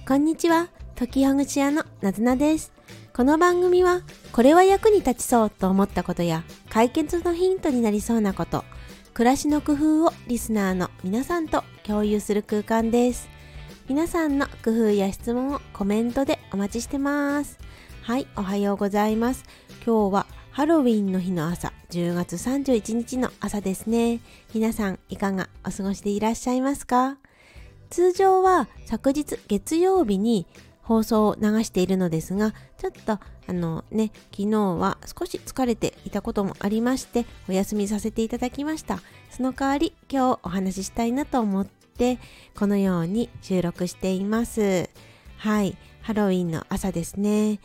こんにちは、時ほぐし屋のなずなです。この番組は、これは役に立ちそうと思ったことや、解決のヒントになりそうなこと、暮らしの工夫をリスナーの皆さんと共有する空間です。皆さんの工夫や質問をコメントでお待ちしてます。はい、おはようございます。今日はハロウィンの日の朝、10月31日の朝ですね。皆さんいかがお過ごしでいらっしゃいますか？通常は昨日月曜日に放送を流しているのですが、ちょっと昨日は少し疲れていたこともありましてお休みさせていただきました。その代わり今日お話ししたいなと思ってこのように収録しています。はい、ハロウィンの朝ですね。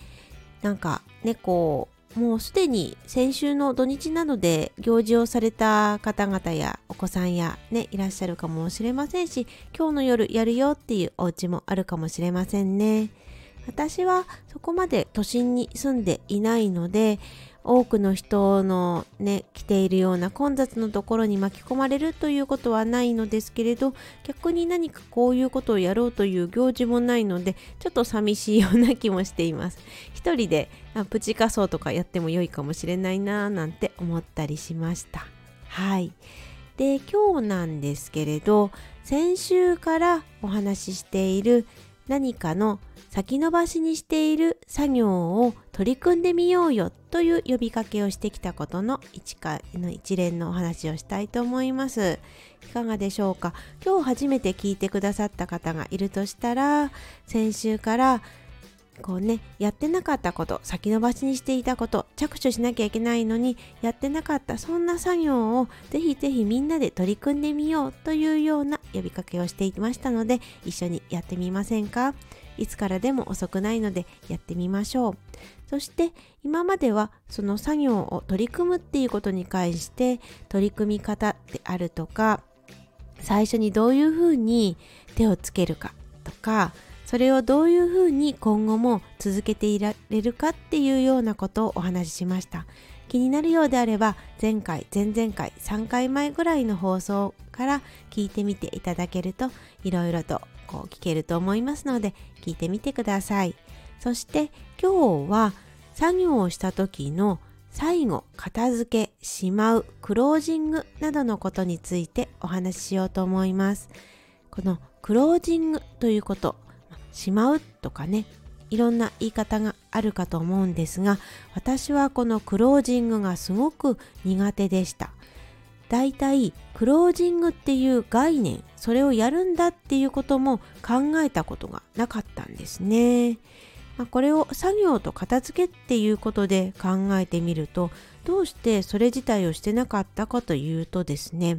もうすでに先週の土日などで行事をされた方々やお子さんやいらっしゃるかもしれませんし、今日の夜やるよっていうお家もあるかもしれませんね。私はそこまで都心に住んでいないので、多くの人の来ているような混雑のところに巻き込まれるということはないのですけれど、逆に何かこういうことをやろうという行事もないので、ちょっと寂しいような気もしています。一人でプチ仮装とかやっても良いかもしれないななんて思ったりしました。はい。で、今日なんですけれど、先週からお話ししている何かの先延ばしにしている作業を取り組んでみようよという呼びかけをしてきたことの一連のお話をしたいと思います。いかがでしょうか？今日初めて聞いてくださった方がいるとしたら、先週からやってなかったこと、先延ばしにしていたこと、着手しなきゃいけないのにやってなかった、そんな作業をぜひぜひみんなで取り組んでみようというような呼びかけをしていましたので、一緒にやってみませんか？いつからでも遅くないのでやってみましょう。そして今まではその作業を取り組むっていうことに関して取り組み方であるとか、最初にどういうふうに手をつけるかとか、それをどういうふうに今後も続けていられるかっていうようなことをお話ししました。気になるようであれば前回、前々回、3回前ぐらいの放送から聞いてみていただけるといろいろと聞けると思いますので聞いてみてください。そして今日は作業をした時の最後、片付け、しまう、クロージングなどのことについてお話ししようと思います。このクロージングということ、しまうとかいろんな言い方があるかと思うんですが、私はこのクロージングがすごく苦手でした。だいたいクロージングっていう概念、それをやるんだっていうことも考えたことがなかったんですね。これを作業と片付けっていうことで考えてみると、どうしてそれ自体をしてなかったかというとですね、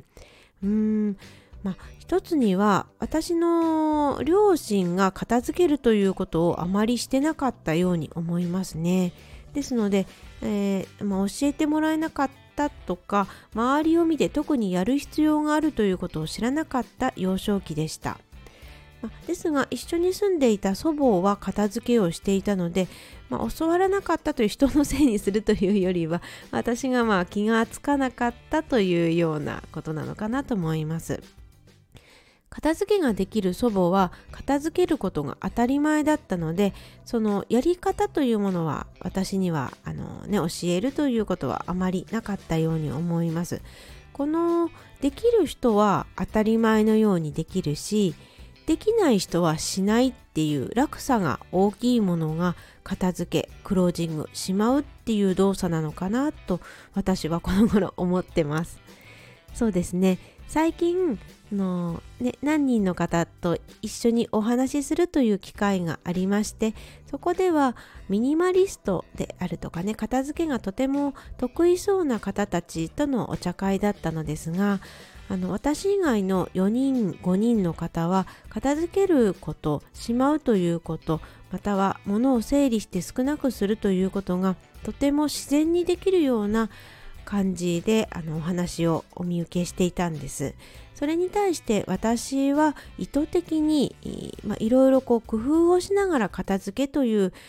一つには私の両親が片付けるということをあまりしてなかったように思いますね。ですので、教えてもらえなかったとか、周りを見て特にやる必要があるということを知らなかった幼少期でした。ですが一緒に住んでいた祖母は片付けをしていたので、教わらなかったという人のせいにするというよりは、私が気がつかなかったというようなことなのかなと思います。片付けができる祖母は片付けることが当たり前だったので、そのやり方というものは私には教えるということはあまりなかったように思います。このできる人は当たり前のようにできるし、できない人はしないっていう落差が大きいものが片付け、クロージング、しまうっていう動作なのかなと私はこの頃思ってます。そうですね。最近何人の方と一緒にお話しするという機会がありまして、そこではミニマリストであるとか片付けがとても得意そうな方たちとのお茶会だったのですが、私以外の4人5人の方は片付けること、しまうということ、または物を整理して少なくするということがとても自然にできるような感じでお話をお見受けしていたんです。それに対して私は意図的にいろいろ工夫をしながら片付けという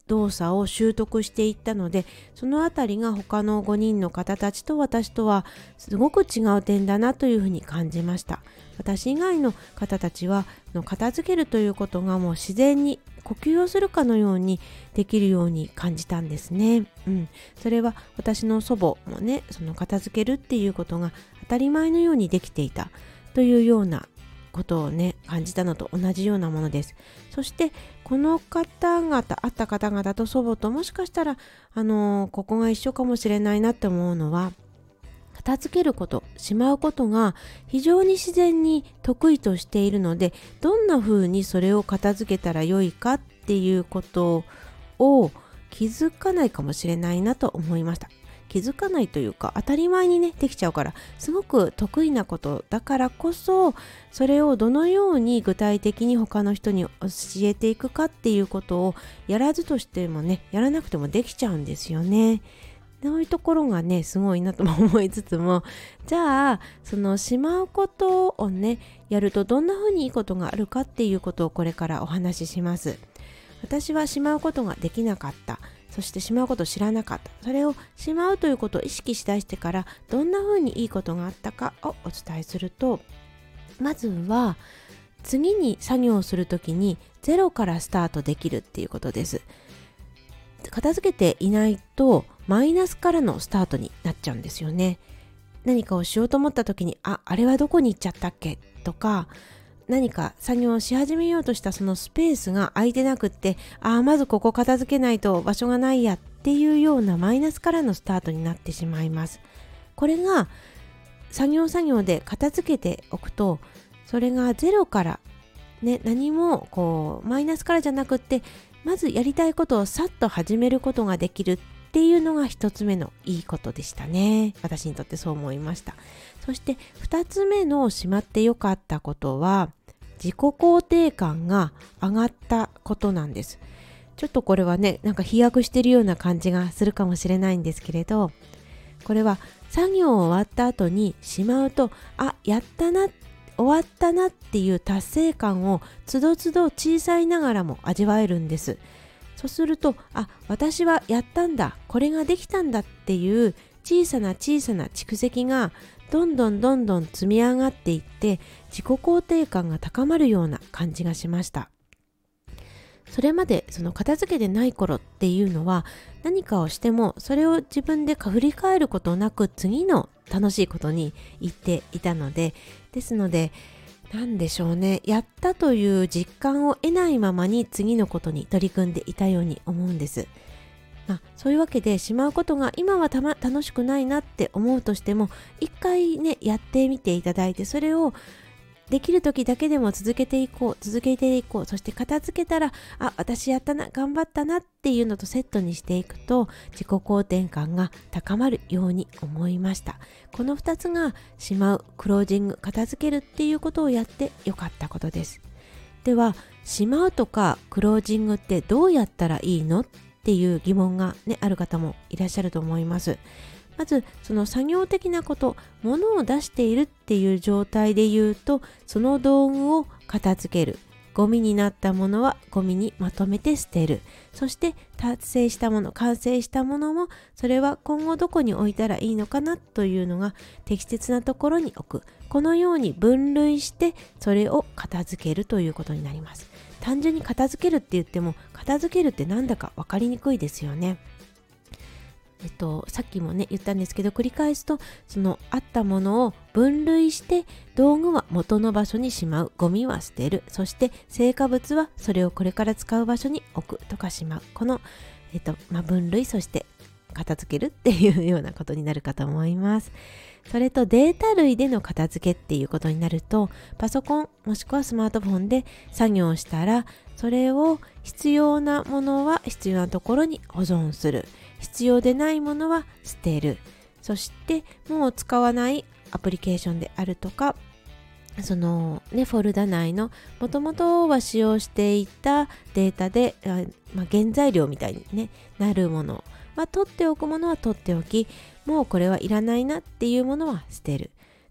動作を習得していったので、そのあたりが他の5人の方たちと私とはすごく違う点だなというふうに感じました。私以外の方たちは片付けるということがもう自然に呼吸をするかのようにできるように感じたんですね。それは私の祖母もね、その片付けるっていうことが当たり前のようにできていたというようなことをね感じたのと同じようなものです。そしてこの方々、会った方々と祖母ともしかしたらここが一緒かもしれないなって思うのは、片付けること、しまうことが非常に自然に得意としているので、どんな風にそれを片付けたらよいかっていうことを気づかないかもしれないなと思いました。気づかないというか、当たり前にねできちゃうから、すごく得意なことだからこそ、それをどのように具体的に他の人に教えていくかっていうことをやらずとしてもね、やらなくてもできちゃうんですよね。そういうところがねすごいなとも思いつつも、じゃあそのしまうことをねやるとどんな風にいいことがあるかっていうことをこれからお話しします。私はしまうことができなかった、そしてしまうことを知らなかった、それをしまうということを意識しだしてからどんな風にいいことがあったかをお伝えすると、まずは次に作業をするときにゼロからスタートできるっていうことです。片付けていないとマイナスからのスタートになっちゃうんですよね。何かをしようと思った時に、あれはどこに行っちゃったっけとか、何か作業をし始めようとしたそのスペースが空いてなくって、まずここ片付けないと場所がないやっていうようなマイナスからのスタートになってしまいます。これが作業で片付けておくと、それがゼロからね、何もこうマイナスからじゃなくって、まずやりたいことをさっと始めることができるっていうのが一つ目のいいことでしたね。私にとってそう思いました。そして二つ目のしまってよかったことは、自己肯定感が上がったことなんです。ちょっとこれはね、なんか飛躍してるような感じがするかもしれないんですけれど、これは作業終わった後にしまうと、やったな、終わったなっていう達成感をつどつど小さいながらも味わえるんです。そうすると、私はやったんだ、これができたんだっていう小さな蓄積がどんどん積み上がっていって、自己肯定感が高まるような感じがしました。それまでその片付けでない頃っていうのは、何かをしてもそれを自分で振り返ることなく次の楽しいことに行っていたので、ですのでなんでしょうね、やったという実感を得ないままに次のことに取り組んでいたように思うんです。そういうわけで、しまうことが今は楽しくないなって思うとしても、一回ねやってみていただいて、それをできる時だけでも続けていこう。そして片付けたら、私やったな、頑張ったなっていうのとセットにしていくと、自己肯定感が高まるように思いました。この2つがしまう、クロージング、片付けるっていうことをやってよかったことです。では、しまうとかクロージングってどうやったらいいのっていう疑問がね、ある方もいらっしゃると思います。まずその作業的なこと、物を出しているっていう状態で言うと、その道具を片付ける、ゴミになったものはゴミにまとめて捨てる、そして完成したものも、それは今後どこに置いたらいいのかなというのが適切なところに置く、このように分類してそれを片付けるということになります。単純に片付けるって言っても、片付けるってなんだか分かりにくいですよね。さっきもね言ったんですけど、繰り返すと、そのあったものを分類して、道具は元の場所にしまう、ゴミは捨てる、そして成果物はそれをこれから使う場所に置くとかしまう、この、分類、そして片付けるっていうようなことになるかと思います。それとデータ類での片付けっていうことになると、パソコンもしくはスマートフォンで作業したら、それを必要なものは必要なところに保存する、必要でないものは捨てる、そしてもう使わないアプリケーションであるとか、そのねフォルダ内のもともとは使用していたデータで、原材料みたいに、ね、なるものは取っておくものは取っておき、もうこれはいらないなっていうものは捨てる。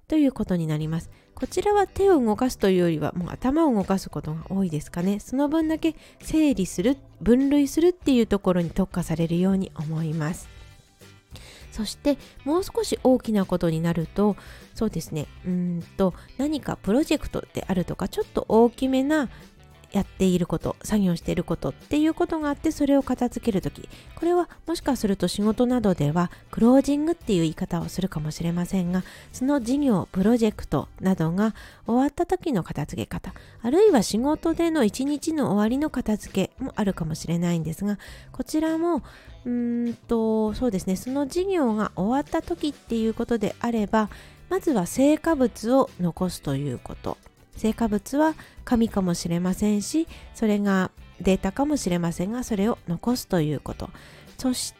ということになります。こちらは手を動かすというよりはもう頭を動かすことが多いですかね。その分だけ整理する、分類するっていうところに特化されるように思います。そしてもう少し大きなことになると、そうですね、何かプロジェクトであるとか、ちょっと大きめなやっていること、作業していることっていうことがあって、それを片付けるとき、これはもしかすると仕事などではクロージングっていう言い方をするかもしれませんが、その事業、プロジェクトなどが終わった時の片付け方、あるいは仕事での一日の終わりの片付けもあるかもしれないんですが、こちらもそうですね、その事業が終わった時っていうことであれば、まずは成果物を残すということ。成果物は紙かもしれませんし、それがデータかもしれませんが、それを残すということ。そして、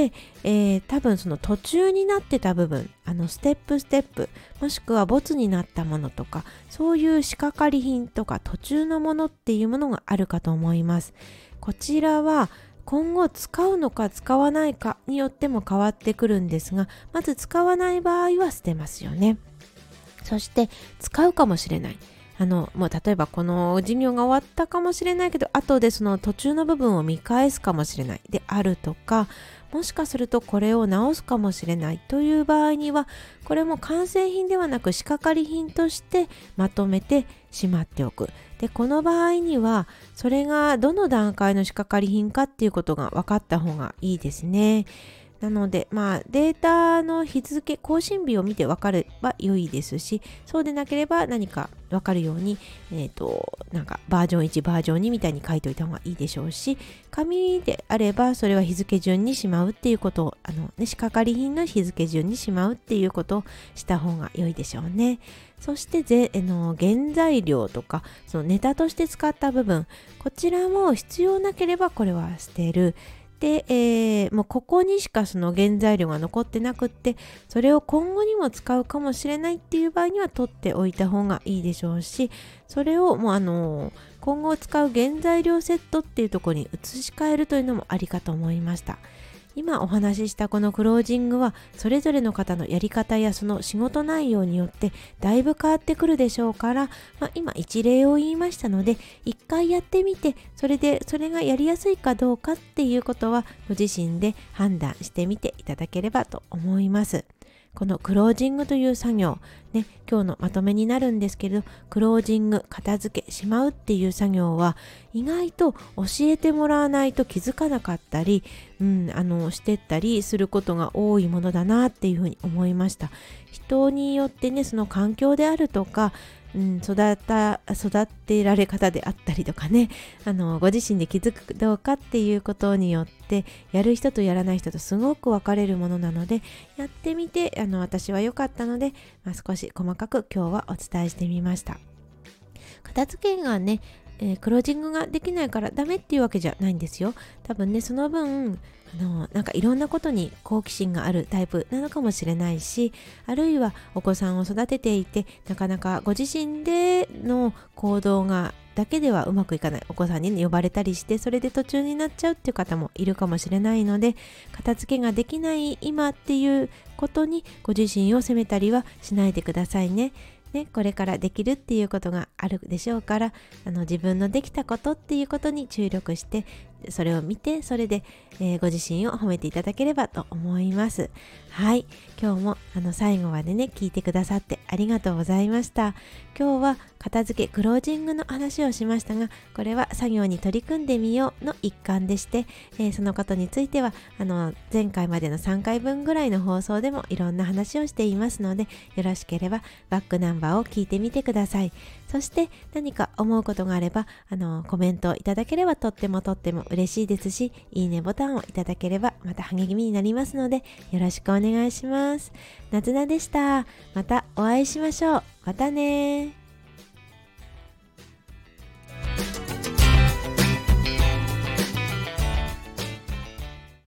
多分その途中になってた部分、ステップ、もしくはボツになったものとか、そういう仕掛かり品とか途中のものっていうものがあるかと思います。こちらは今後使うのか使わないかによっても変わってくるんですが、まず使わない場合は捨てますよね。そして使うかもしれない。もう例えばこの授業が終わったかもしれないけど、後でその途中の部分を見返すかもしれないであるとか、もしかするとこれを直すかもしれないという場合には、これも完成品ではなく仕掛かり品としてまとめてしまっておく。で、この場合にはそれがどの段階の仕掛かり品かっていうことが分かった方がいいですね。なので、データの日付、更新日を見て分かれば良いですし、そうでなければ何か分かるように、なんかバージョン1、バージョン2みたいに書いておいた方がいいでしょうし、紙であればそれは日付順にしまうっていうことを、仕掛かり品の日付順にしまうっていうことをした方が良いでしょうね。そして原材料とか、そのネタとして使った部分、こちらも必要なければこれは捨てる。で、もうここにしかその原材料が残ってなくって、それを今後にも使うかもしれないっていう場合には取っておいた方がいいでしょうし、それをもう今後使う原材料セットっていうところに移し替えるというのもありかと思いました。今お話ししたこのクロージングは、それぞれの方のやり方やその仕事内容によってだいぶ変わってくるでしょうから、今一例を言いましたので、一回やってみて、それがやりやすいかどうかっていうことはご自身で判断してみていただければと思います。このクロージングという作業、今日のまとめになるんですけれど、クロージング、片付け、しまうっていう作業は意外と教えてもらわないと気づかなかったり、してったりすることが多いものだなっていうふうに思いました。人によってね、その環境であるとか、育てられ方であったりとかね、ご自身で気づくどうかっていうことによって、やる人とやらない人とすごく分かれるものなので、やってみて私は良かったので、少し細かく今日はお伝えしてみました。片付けがね、クロージングができないからダメっていうわけじゃないんですよ。多分ね、その分なんかいろんなことに好奇心があるタイプなのかもしれないし、あるいはお子さんを育てていて、なかなかご自身での行動がだけではうまくいかない、お子さんに呼ばれたりして、それで途中になっちゃうっていう方もいるかもしれないので、片付けができない今っていうことにご自身を責めたりはしないでくださいね。これからできるっていうことがあるでしょうから、自分のできたことっていうことに注力して、それを見て、それで、ご自身を褒めていただければと思います。はい、今日も最後までね聞いてくださってありがとうございました。今日は片付けクロージングの話をしましたが、これは作業に取り組んでみようの一環でして、そのことについては前回までの3回分ぐらいの放送でもいろんな話をしていますので、よろしければバックナンバーを聞いてみてください。そして何か思うことがあればコメントをいただければとっても嬉しいですし、いいねボタンをいただければまた励みになりますので、よろしくお願いします。なずなでした。またお会いしましょう。またね。